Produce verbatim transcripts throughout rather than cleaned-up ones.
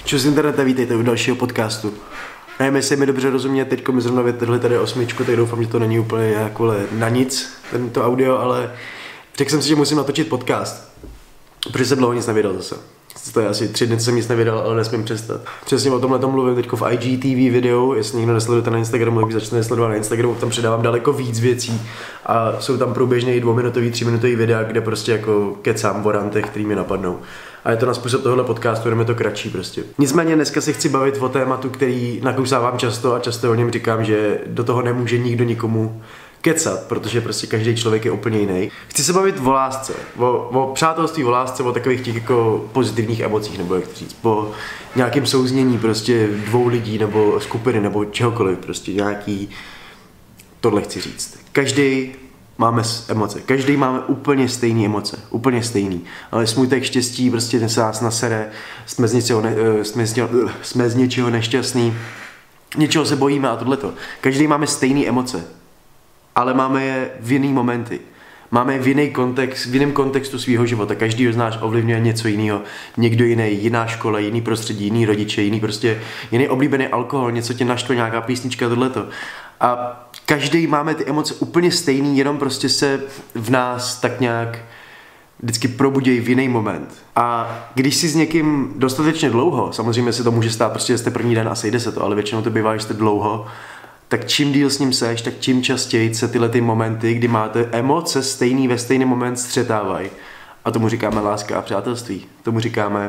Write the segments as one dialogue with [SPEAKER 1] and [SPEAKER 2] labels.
[SPEAKER 1] Čus internete, vítejte u dalšího podcastu. Nevím, jestli mi dobře rozumě, teďko mi zrovna vytrhli tady osmičku, tak doufám, že to není úplně jak vole na nic, tento audio, ale řekl jsem si, že musím natočit podcast, protože jsem dlouho nic nevydal zase. To je asi tři dny, co jsem nic nevydal, ale nesmím přestat. Přesně o tomhle tom mluvím teďko v I G T V videu, jestli někdo nesledujete na Instagramu, tak začne sledovat na Instagramu, tam předávám daleko víc věcí a jsou tam průběžně i dvouminutový, tříminutový videa, kde prostě jako kecám o rantech, který mi napadnou. A je to na způsob tohohle podcastu, jenom je to kratší prostě. Nicméně dneska se chci bavit o tématu, který nakousávám často a často o něm říkám, že do toho nemůže nikdo nikomu kecat, protože prostě každý člověk je úplně jiný. Chci se bavit o lásce, o, o přátelství, o lásce, o takových těch jako pozitivních emocích, nebo jak to říct, po nějakém souznění prostě dvou lidí, nebo skupiny, nebo čehokoliv, prostě nějaký, tohle chci říct. Každý máme emoce, každý máme úplně stejné emoce, úplně stejný, ale smutek, štěstí, prostě ten se nás nasere, jsme z něčeho, ne, jsme z něčeho, jsme z něčeho nešťastný, něčeho se bojíme a tohleto. Každý máme stejné emoce, ale máme je v jiný momenty. Máme je v jiný kontext, v jiném kontextu svého života. Každý z nás ovlivňuje něco jiného. Někdo jiný, jiná škola, jiný prostředí, jiný rodiče, jiný prostě, jiný oblíbený alkohol, něco tě naštve, nějaká písnička, tohleto. A každý máme ty emoce úplně stejný, jenom prostě se v nás tak nějak vždycky probudějí v jiný moment. A když si s někým dostatečně dlouho, samozřejmě se to může stát, prostě jste první den a sejde se to, ale většinou to bývá, že jste dlouho, tak čím díl s ním seš, tak čím častěji se tyhle ty momenty, kdy máte emoce stejný ve stejný moment střetávají. A tomu říkáme láska a přátelství. Tomu říkáme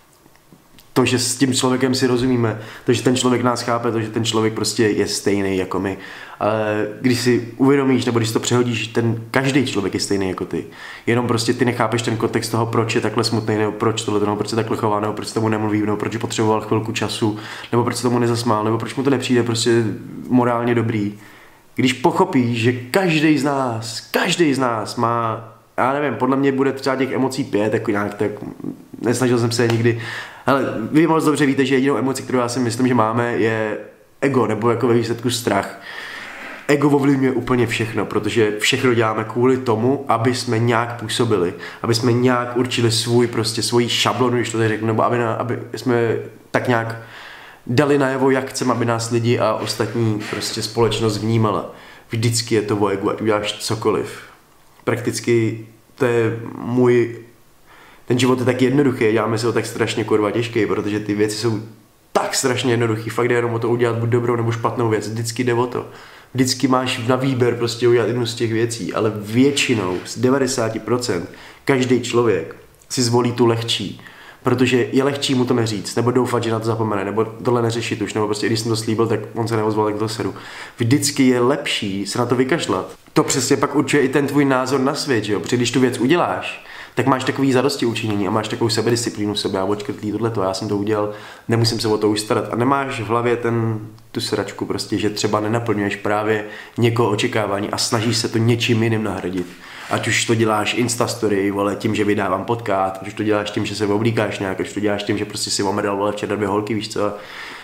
[SPEAKER 1] to, že s tím člověkem si rozumíme, to, že ten člověk nás chápe, to, že ten člověk prostě je stejný jako my. Ale když si uvědomíš, nebo když to přehodíš, ten každý člověk je stejný jako ty. Jenom prostě ty nechápeš ten kontext toho, proč je takhle smutný, nebo proč tohle, nebo proč se takhle chová, nebo proč tomu nemluví, nebo proč potřeboval chvilku času, nebo proč se tomu nezasmál, nebo proč mu to nepřijde prostě morálně dobrý. Když pochopíš, že každý z nás, každý z nás má, já nevím, podle mě bude třeba těch emocí pět, jako nějak, tak nesnažil jsem se nikdy. Ale vy moc dobře víte, že jedinou emoci, kterou já si myslím, že máme, je ego, nebo jako ve výsledku strach. Ego ovlivňuje úplně všechno, protože všechno děláme kvůli tomu, aby jsme nějak působili, aby jsme nějak určili svůj, prostě svoji šablonu, když to tak řeknu, nebo aby, na, aby jsme tak nějak dali najevo, jak chceme, aby nás lidi a ostatní prostě společnost vnímala. Vždycky je to o egu, ať uděláš cokoliv. Prakticky to je můj, ten život je tak jednoduchý, děláme si ho tak strašně kurva těžký, protože ty věci jsou tak strašně jednoduchý, fakt jde jenom o to udělat buď dobrou nebo špatnou věc, vždycky jde o to. Vždycky máš na výběr prostě udělat jednu z těch věcí, ale většinou z devadesát procent každý člověk si zvolí tu lehčí, protože je lehčí mu to neříct, nebo doufat, že na to zapomene, nebo tohle neřešit už, nebo prostě když jsem to slíbil, tak on se neozval, tak to seru. Vždycky je lepší se na to vykašlat. To přesně pak určuje i ten tvůj názor na svět, že jo? Protože když tu věc uděláš, tak máš takový zadosti učinění a máš takovou sebedisciplínu v sobě a očkrtlí tohleto, já jsem to udělal, nemusím se o to už starat a nemáš v hlavě ten, tu sračku prostě, že třeba nenaplňuješ právě někoho očekávání a snažíš se to něčím jiným nahradit. Ať už to děláš Instastory, vole, tím, že vydávám podcast, ať už to děláš tím, že se oblíkáš nějak, ať už to děláš tím, že prostě si omrdal, vole, včera dvě holky, víš co,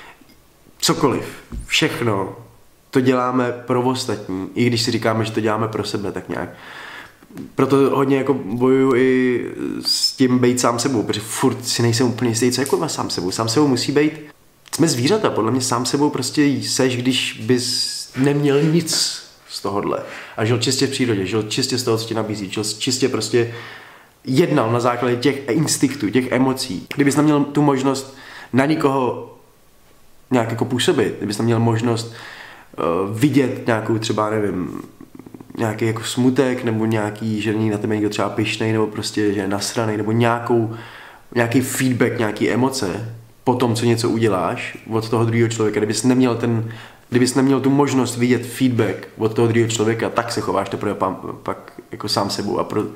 [SPEAKER 1] cokoliv, všechno to děláme pro ostatní, i když si říkáme, že to děláme pro sebe, tak nějak. Proto hodně jako bojuju i s tím bejt sám sebou, protože furt si nejsem úplně jistý, co je jako sám sebou. Sám sebou musí být, jsme zvířata, podle mě sám sebou prostě seš, když bys neměl nic z tohohle a žil čistě v přírodě, žil čistě z toho, co ti nabízí, žil čistě prostě jednal na základě těch instinktů, těch emocí. Kdybys neměl tu možnost na nikoho nějak jako působit, kdybys neměl možnost uh, vidět nějakou třeba, nevím, nějaký jako smutek, nebo nějaký, že není na tebe někdo třeba pyšnej, nebo prostě, že je nasranej, nebo nějakou, nějaký feedback, nějaký emoce po tom, co něco uděláš od toho druhého člověka. Kdybys neměl ten, kdybys neměl tu možnost vidět feedback od toho druhého člověka, tak se chováš teprve pak jako sám sebou. A pro,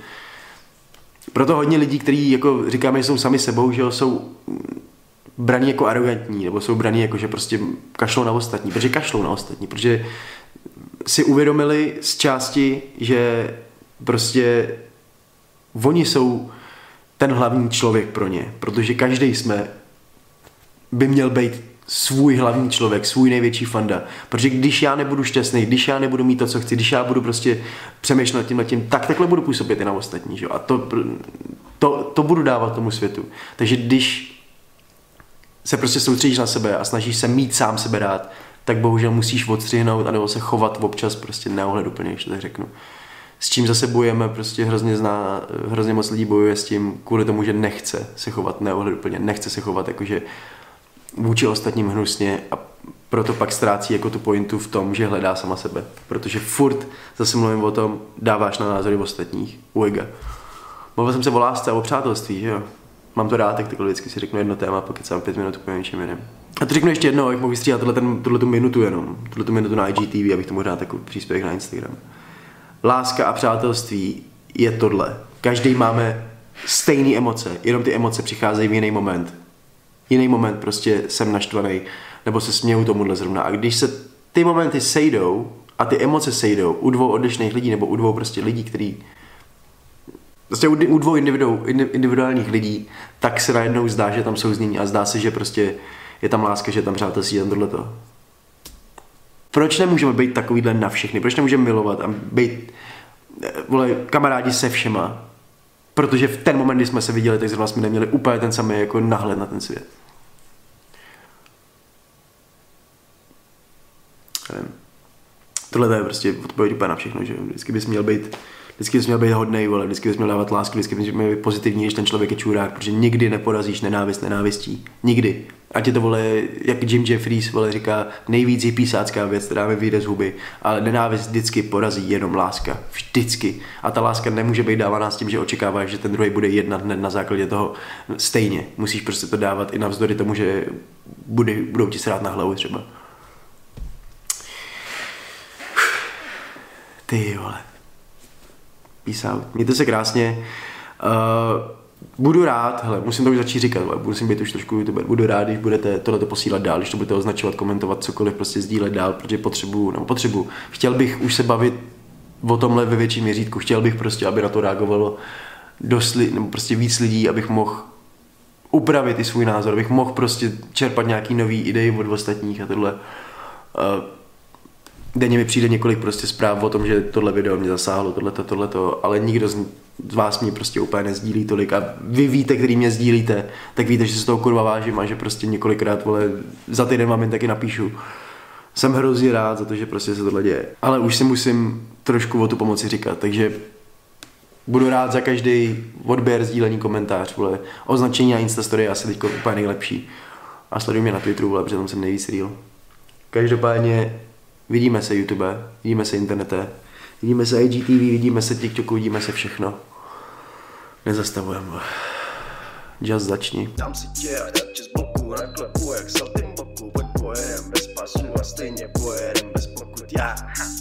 [SPEAKER 1] proto hodně lidí, kteří jako říkáme, že jsou sami sebou, že jsou braní jako arrogantní, nebo jsou braní jako, že prostě kašlou na ostatní, protože kašlou na ostatní, protože si uvědomili z části, že prostě oni jsou ten hlavní člověk pro ně, protože každý jsme by měl být svůj hlavní člověk, svůj největší fanda, protože když já nebudu šťastný, když já nebudu mít to, co chci, když já budu prostě přemýšlet nad tím, nad tím, tak takhle budu působit i na ostatní, že? A to, to, to budu dávat tomu světu. Takže když se prostě soustředíš na sebe a snažíš se mít sám sebe rád, tak bohužel musíš odstřihnout a nebo se chovat občas prostě neohleduplně, když to tak řeknu. S čím zase bojujeme, prostě hrozně zná, hrozně moc lidí bojuje s tím kvůli tomu, že nechce se chovat neohleduplně, nechce se chovat jakože vůči ostatním hnusně a proto pak ztrácí jako tu pointu v tom, že hledá sama sebe. Protože furt, zase mluvím o tom, dáváš na názory ostatních. Ujga. Mluvil jsem se o lásce a o přátelství, že jo. Mám to rád, tak takhle vždycky si řeknu jedno téma, pokud jsem pět minut po něčem jiném. A to řeknu ještě jednou, abych mohl vystříhat tuhle tu minutu jenom, tuhle tu minutu na I G T V, abych to mohl dát takový příspěvek na Instagram. Láska a přátelství je tohle. Každý máme stejné emoce, jenom ty emoce přicházejí v jiný moment. Jiný moment prostě jsem naštvaný, nebo se směju tomuhle zrovna. A když se ty momenty sejdou a ty emoce sejdou u dvou odlišných lidí, nebo u dvou prostě lidí, který prostě u dvou individuálních lidí, tak se najednou zdá, že tam souznění a zdá se, že prostě je tam láska, že je tam přátelství, tam tohleto. Proč nemůžeme být takovýhle na všechny? Proč nemůžeme milovat a být vole, kamarádi se všema? Protože v ten moment, kdy jsme se viděli, tak zrovna jsme neměli úplně ten samý jako nahled na ten svět. Nevím. Tohle je prostě odpověď úplně na všechno, že vždycky bys měl být Vždycky bys měl být hodnej, vole, vždycky bys měl dávat lásku, vždycky bys měl být pozitivní, když ten člověk je čurák, protože nikdy neporazíš nenávist nenávistí. Nikdy. Ať je to, vole, jak Jim Jeffries, vole, říká, nejvíc hippiesácká věc, která mi vyjde z huby, ale nenávist vždycky porazí jenom láska. Vždycky. A ta láska nemůže být dávaná s tím, že očekáváš, že ten druhý bude jednat hned na základě toho stejně. Musíš prostě to dávat i navzdory tomu, že bude, budou ti srát na hlavu třeba. Ty vole. Peace out. Mějte se krásně. Uh, budu rád, hele, musím to už začít říkat, ale musím být už trošku youtuber. Budu rád, když budete tohleto posílat dál, když to budete označovat, komentovat, cokoliv, prostě sdílet dál, protože potřebuju, nebo potřebuju. Chtěl bych už se bavit o tomhle ve větším měřítku. Chtěl bych prostě, aby na to reagovalo dost li, nebo prostě víc lidí, abych mohl upravit i svůj názor, abych mohl prostě čerpat nějaký nový idei od ostatních a tohle. Uh, Denně mi přijde několik prostě zpráv o tom, že tohle video mě zasáhlo, tohleto, tohleto, ale nikdo z vás mě prostě úplně nezdílí tolik a vy víte, který mě sdílíte, tak víte, že se toho kurva vážím a že prostě několikrát, vole, za týden vám jen taky napíšu. Jsem hrozně rád za to, že prostě se tohle děje, ale už si musím trošku o tu pomoci říkat, takže budu rád za každý odběr, sdílení, komentář, vole, označení na Instastory je asi teďko úplně nejlepší a sleduj mě na Twitteru, vole, protože tam jsem nejvíc real. Každopádně vidíme se YouTube, vidíme se internete, vidíme se I G T V, vidíme se TikToku, vidíme se všechno. Nezastavujeme. Just začni. Dám si tě a dát tě z boku, naklepu jak saltým boku, pojď pojedem bez pasu a stejně pojedem bez pokut, já.